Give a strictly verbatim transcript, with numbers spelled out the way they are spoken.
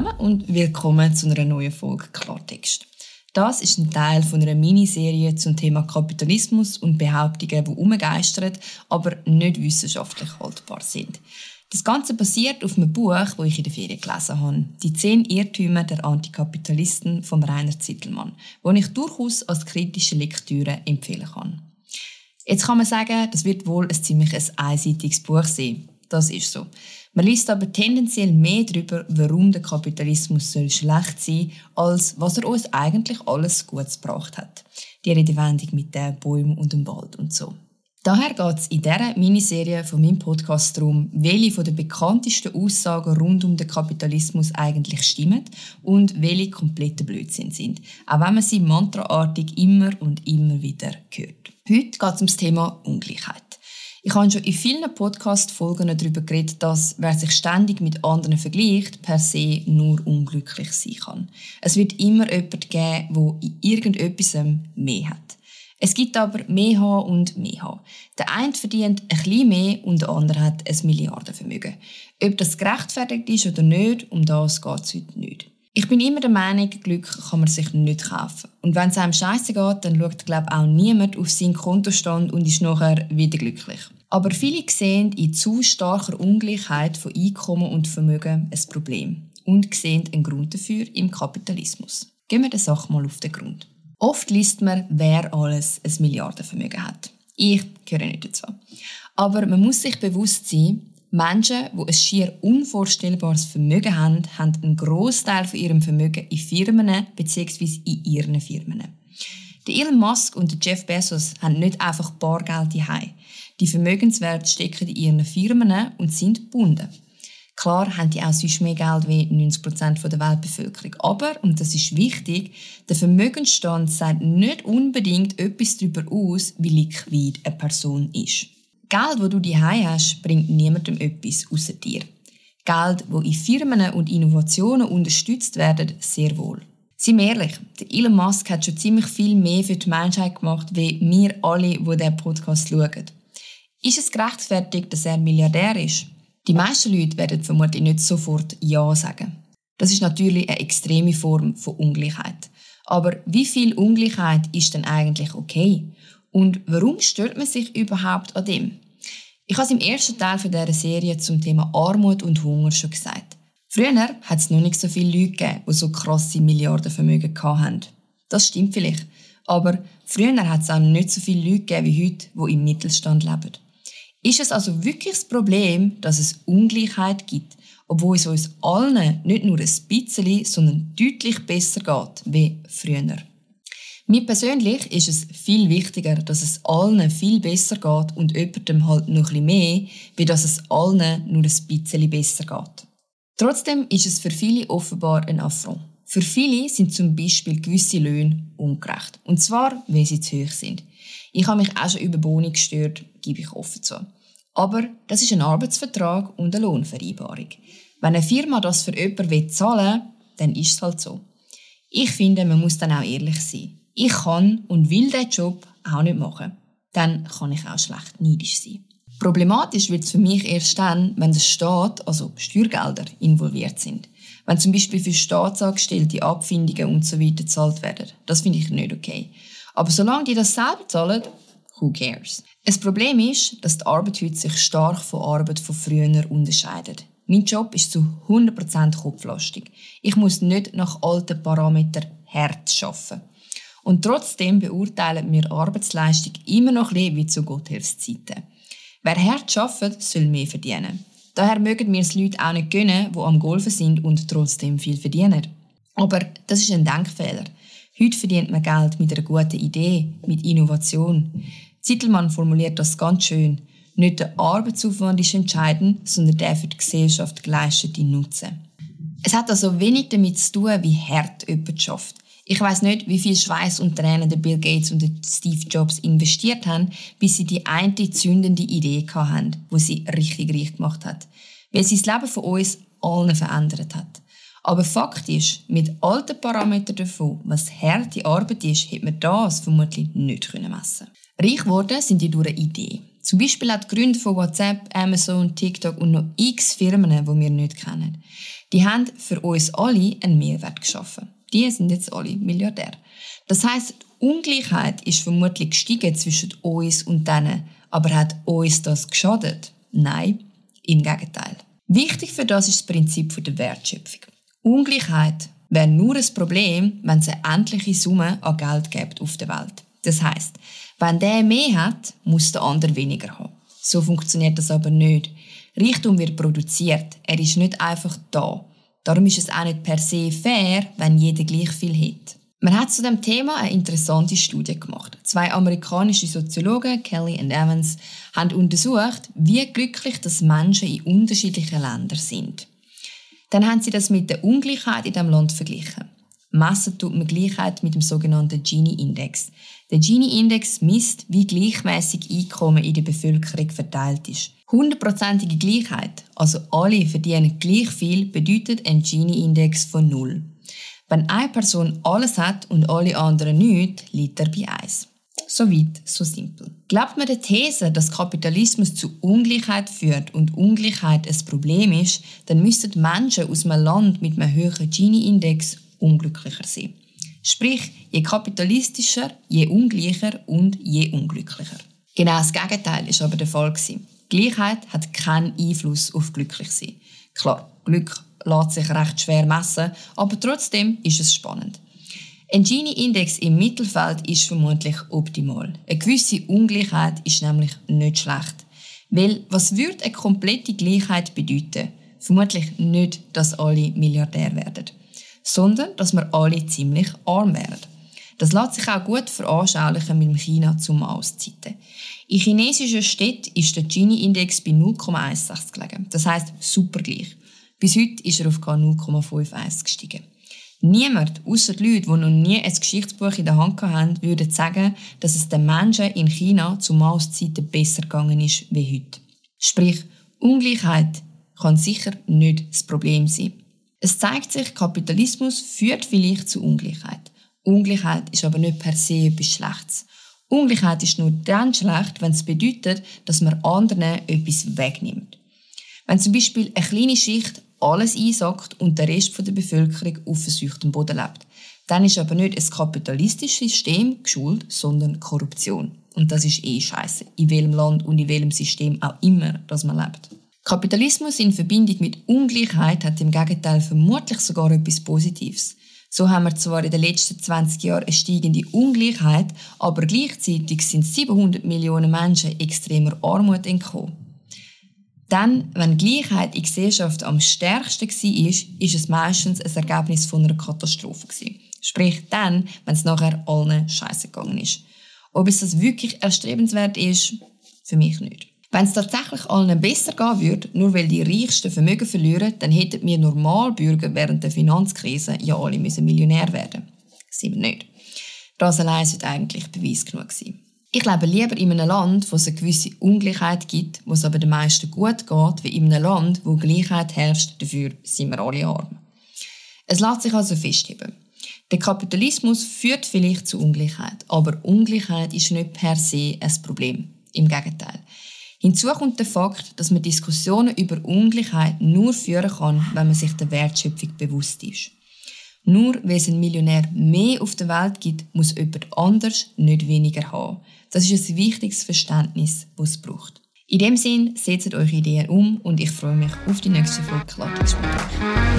zusammen und willkommen zu einer neuen Folge Klartext. Das ist ein Teil von einer Miniserie zum Thema Kapitalismus und Behauptungen, die herumgeistern, aber nicht wissenschaftlich haltbar sind. Das Ganze basiert auf einem Buch, das ich in der Ferien gelesen habe. «Die zehn Irrtümer der Antikapitalisten» von Rainer Zittelmann, das ich durchaus als kritische Lektüre empfehlen kann. Jetzt kann man sagen, das wird wohl ein ziemlich ein einseitiges Buch sein. Das ist so. Man liest aber tendenziell mehr darüber, warum der Kapitalismus so schlecht sein soll, als was er uns eigentlich alles Gutes gebracht hat. Die Redewendung mit den Bäumen und dem Wald und so. Daher geht es in dieser Miniserie von meinem Podcast darum, welche von den bekanntesten Aussagen rund um den Kapitalismus eigentlich stimmen und welche kompletter Blödsinn sind, auch wenn man sie mantraartig immer und immer wieder hört. Heute geht es um das Thema Ungleichheit. Ich habe schon in vielen Podcast-Folgen darüber geredet, dass wer sich ständig mit anderen vergleicht, per se nur unglücklich sein kann. Es wird immer jemanden geben, der in irgendetwas mehr hat. Es gibt aber mehr haben und mehr haben. Der eine verdient ein bisschen mehr und der andere hat ein Milliardenvermögen. Ob das gerechtfertigt ist oder nicht, um das geht es heute nicht. Ich bin immer der Meinung, Glück kann man sich nicht kaufen. Und wenn es einem scheisse geht, dann schaut, glaube ich, auch niemand auf seinen Kontostand und ist nachher wieder glücklich. Aber viele sehen in zu starker Ungleichheit von Einkommen und Vermögen ein Problem und sehen einen Grund dafür im Kapitalismus. Gehen wir der Sache mal auf den Grund. Oft liest man, wer alles ein Milliardenvermögen hat. Ich gehöre nicht dazu. Aber man muss sich bewusst sein, Menschen, die ein schier unvorstellbares Vermögen haben, haben einen Grossteil von ihrem Vermögen in Firmen bzw. in ihren Firmen. Der Elon Musk und der Jeff Bezos haben nicht einfach Bargeld daheim. Die Vermögenswerte stecken in ihren Firmen und sind gebunden. Klar haben die auch sonst mehr Geld wie neunzig Prozent der Weltbevölkerung. Aber, und das ist wichtig, der Vermögensstand sagt nicht unbedingt etwas darüber aus, wie liquid eine Person ist. Geld, das du daheim hast, bringt niemandem etwas außer dir. Geld, das in Firmen und Innovationen unterstützt werden, sehr wohl. Seien wir ehrlich, der Elon Musk hat schon ziemlich viel mehr für die Menschheit gemacht, wie wir alle, die diesen Podcast schauen. Ist es gerechtfertigt, dass er Milliardär ist? Die meisten Leute werden vermutlich nicht sofort Ja sagen. Das ist natürlich eine extreme Form von Ungleichheit. Aber wie viel Ungleichheit ist denn eigentlich okay? Und warum stört man sich überhaupt an dem? Ich habe es im ersten Teil dieser Serie zum Thema Armut und Hunger schon gesagt. Früher hat es noch nicht so viele Leute gegeben, die so krasse Milliardenvermögen hatten. Das stimmt vielleicht. Aber früher hat es auch nicht so viele Leute gegeben wie heute, die im Mittelstand leben. Ist es also wirklich das Problem, dass es Ungleichheit gibt, obwohl es uns allen nicht nur ein bisschen, sondern deutlich besser geht wie früher? Mir persönlich ist es viel wichtiger, dass es allen viel besser geht und jemandem halt noch ein bisschen mehr, wie dass es allen nur ein bisschen besser geht. Trotzdem ist es für viele offenbar ein Affront. Für viele sind zum Beispiel gewisse Löhne ungerecht. Und zwar, weil sie zu hoch sind. Ich habe mich auch schon über Boni gestört, gebe ich offen zu. Aber das ist ein Arbeitsvertrag und eine Lohnvereinbarung. Wenn eine Firma das für jemanden zahlen will, dann ist es halt so. Ich finde, man muss dann auch ehrlich sein. Ich kann und will diesen Job auch nicht machen. Dann kann ich auch schlecht neidisch sein. Problematisch wird es für mich erst dann, wenn der Staat, also Steuergelder, involviert sind. Wenn zum Beispiel für Staatsangestellte Abfindungen und so weiter gezahlt werden. Das finde ich nicht okay. Aber solange die das selber zahlen, who cares? Das Problem ist, dass die Arbeit heute sich stark von der Arbeit von früher unterscheidet. Mein Job ist zu hundert Prozent kopflastig. Ich muss nicht nach alten Parametern hart arbeiten. Und trotzdem beurteilen wir Arbeitsleistung immer noch ein bisschen wie zu Gotthilfszeiten. Wer hart arbeitet, soll mehr verdienen. Daher mögen wir es Leute auch nicht gönnen, die am Golfen sind und trotzdem viel verdienen. Aber das ist ein Denkfehler. Heute verdient man Geld mit einer guten Idee, mit Innovation. Zittelmann formuliert das ganz schön. Nicht der Arbeitsaufwand ist entscheidend, sondern der für die Gesellschaft geleistete Nutzen. Es hat also wenig damit zu tun, wie hart jemand schafft. Ich weiss nicht, wie viel Schweiß und Tränen der Bill Gates und der Steve Jobs investiert haben, bis sie die eine zündende Idee hatten, die sie richtig reich gemacht hat. Weil sie das Leben von uns allen verändert hat. Aber Fakt ist, mit alten Parametern davon, was harte Arbeit ist, hätte man das vermutlich nicht messen können. Reich geworden sind die durch eine Idee. Zum Beispiel auch die Gründer von WhatsApp, Amazon, TikTok und noch x Firmen, die wir nicht kennen. Die haben für uns alle einen Mehrwert geschaffen. Die sind jetzt alle Milliardär. Das heisst, die Ungleichheit ist vermutlich gestiegen zwischen uns und denen. Aber hat uns das geschadet? Nein, im Gegenteil. Wichtig für das ist das Prinzip der Wertschöpfung. Ungleichheit wäre nur ein Problem, wenn es eine endliche Summe an Geld gibt auf der Welt. Das heisst, wenn der mehr hat, muss der andere weniger haben. So funktioniert das aber nicht. Reichtum wird produziert, er ist nicht einfach da. Darum ist es auch nicht per se fair, wenn jeder gleich viel hat. Man hat zu dem Thema eine interessante Studie gemacht. Zwei amerikanische Soziologen, Kelly und Evans, haben untersucht, wie glücklich das Menschen in unterschiedlichen Ländern sind. Dann haben sie das mit der Ungleichheit in diesem Land verglichen. Messen tut man Gleichheit mit dem sogenannten Gini-Index. Der Gini-Index misst, wie gleichmäßig Einkommen in der Bevölkerung verteilt ist. hundertprozentige Gleichheit, also alle verdienen gleich viel, bedeutet ein Gini-Index von null. Wenn eine Person alles hat und alle anderen nichts, liegt er bei eins. So weit, so simpel. Glaubt man der These, dass Kapitalismus zu Ungleichheit führt und Ungleichheit ein Problem ist, dann müssten Menschen aus einem Land mit einem höheren Gini-Index unglücklicher sein. Sprich, je kapitalistischer, je ungleicher und je unglücklicher. Genau das Gegenteil ist aber der Fall gewesen. Gleichheit hat keinen Einfluss auf Glücklichsein. Klar, Glück lässt sich recht schwer messen, aber trotzdem ist es spannend. Ein Gini-Index im Mittelfeld ist vermutlich optimal. Eine gewisse Ungleichheit ist nämlich nicht schlecht. Weil, was würde eine komplette Gleichheit bedeuten? Vermutlich nicht, dass alle Milliardär werden, sondern dass wir alle ziemlich arm wären. Das lässt sich auch gut veranschaulichen mit dem China zu Maozeiten. In chinesischen Städten ist der Gini-Index bei null Komma sechzehn gelegen. Das heisst super gleich. Bis heute ist er auf null Komma einundfünfzig gestiegen. Niemand, ausser die Leute, die noch nie ein Geschichtsbuch in der Hand hatten, würde sagen, dass es den Menschen in China zu Maozeiten besser gegangen ist wie heute. Sprich, Ungleichheit kann sicher nicht das Problem sein. Es zeigt sich, Kapitalismus führt vielleicht zu Ungleichheit. Ungleichheit ist aber nicht per se etwas Schlechtes. Ungleichheit ist nur dann schlecht, wenn es bedeutet, dass man anderen etwas wegnimmt. Wenn zum Beispiel eine kleine Schicht alles einsackt und der Rest der Bevölkerung auf verseuchtem Boden lebt, dann ist aber nicht ein kapitalistisches System schuld, sondern Korruption. Und das ist eh scheisse, in welchem Land und in welchem System auch immer, das man lebt. Kapitalismus in Verbindung mit Ungleichheit hat im Gegenteil vermutlich sogar etwas Positives. So haben wir zwar in den letzten zwanzig Jahren eine steigende Ungleichheit, aber gleichzeitig sind siebenhundert Millionen Menschen extremer Armut entkommen. Dann, wenn Gleichheit in Gesellschaft am stärksten war, ist es meistens ein Ergebnis von einer Katastrophe. Sprich dann, wenn es nachher allen scheisse gegangen ist. Ob es das wirklich erstrebenswert ist, für mich nicht. Wenn es tatsächlich allen besser gehen würde, nur weil die Reichsten Vermögen verlieren, dann hätten wir Normalbürger während der Finanzkrise ja alle müssen Millionär werden. Das sind wir nicht. Das allein sollte eigentlich Beweis genug sein. Ich lebe lieber in einem Land, wo es eine gewisse Ungleichheit gibt, wo es aber den meisten gut geht, wie in einem Land, wo Gleichheit herrscht, dafür sind wir alle arm. Es lässt sich also festheben. Der Kapitalismus führt vielleicht zu Ungleichheit, aber Ungleichheit ist nicht per se ein Problem. Im Gegenteil. Hinzu kommt der Fakt, dass man Diskussionen über Ungleichheit nur führen kann, wenn man sich der Wertschöpfung bewusst ist. Nur weil es einen Millionär mehr auf der Welt gibt, muss jemand anders nicht weniger haben. Das ist ein wichtiges Verständnis, das es braucht. In dem Sinn, setzt eure Ideen um und ich freue mich auf die nächste Folge Klartext mit euch.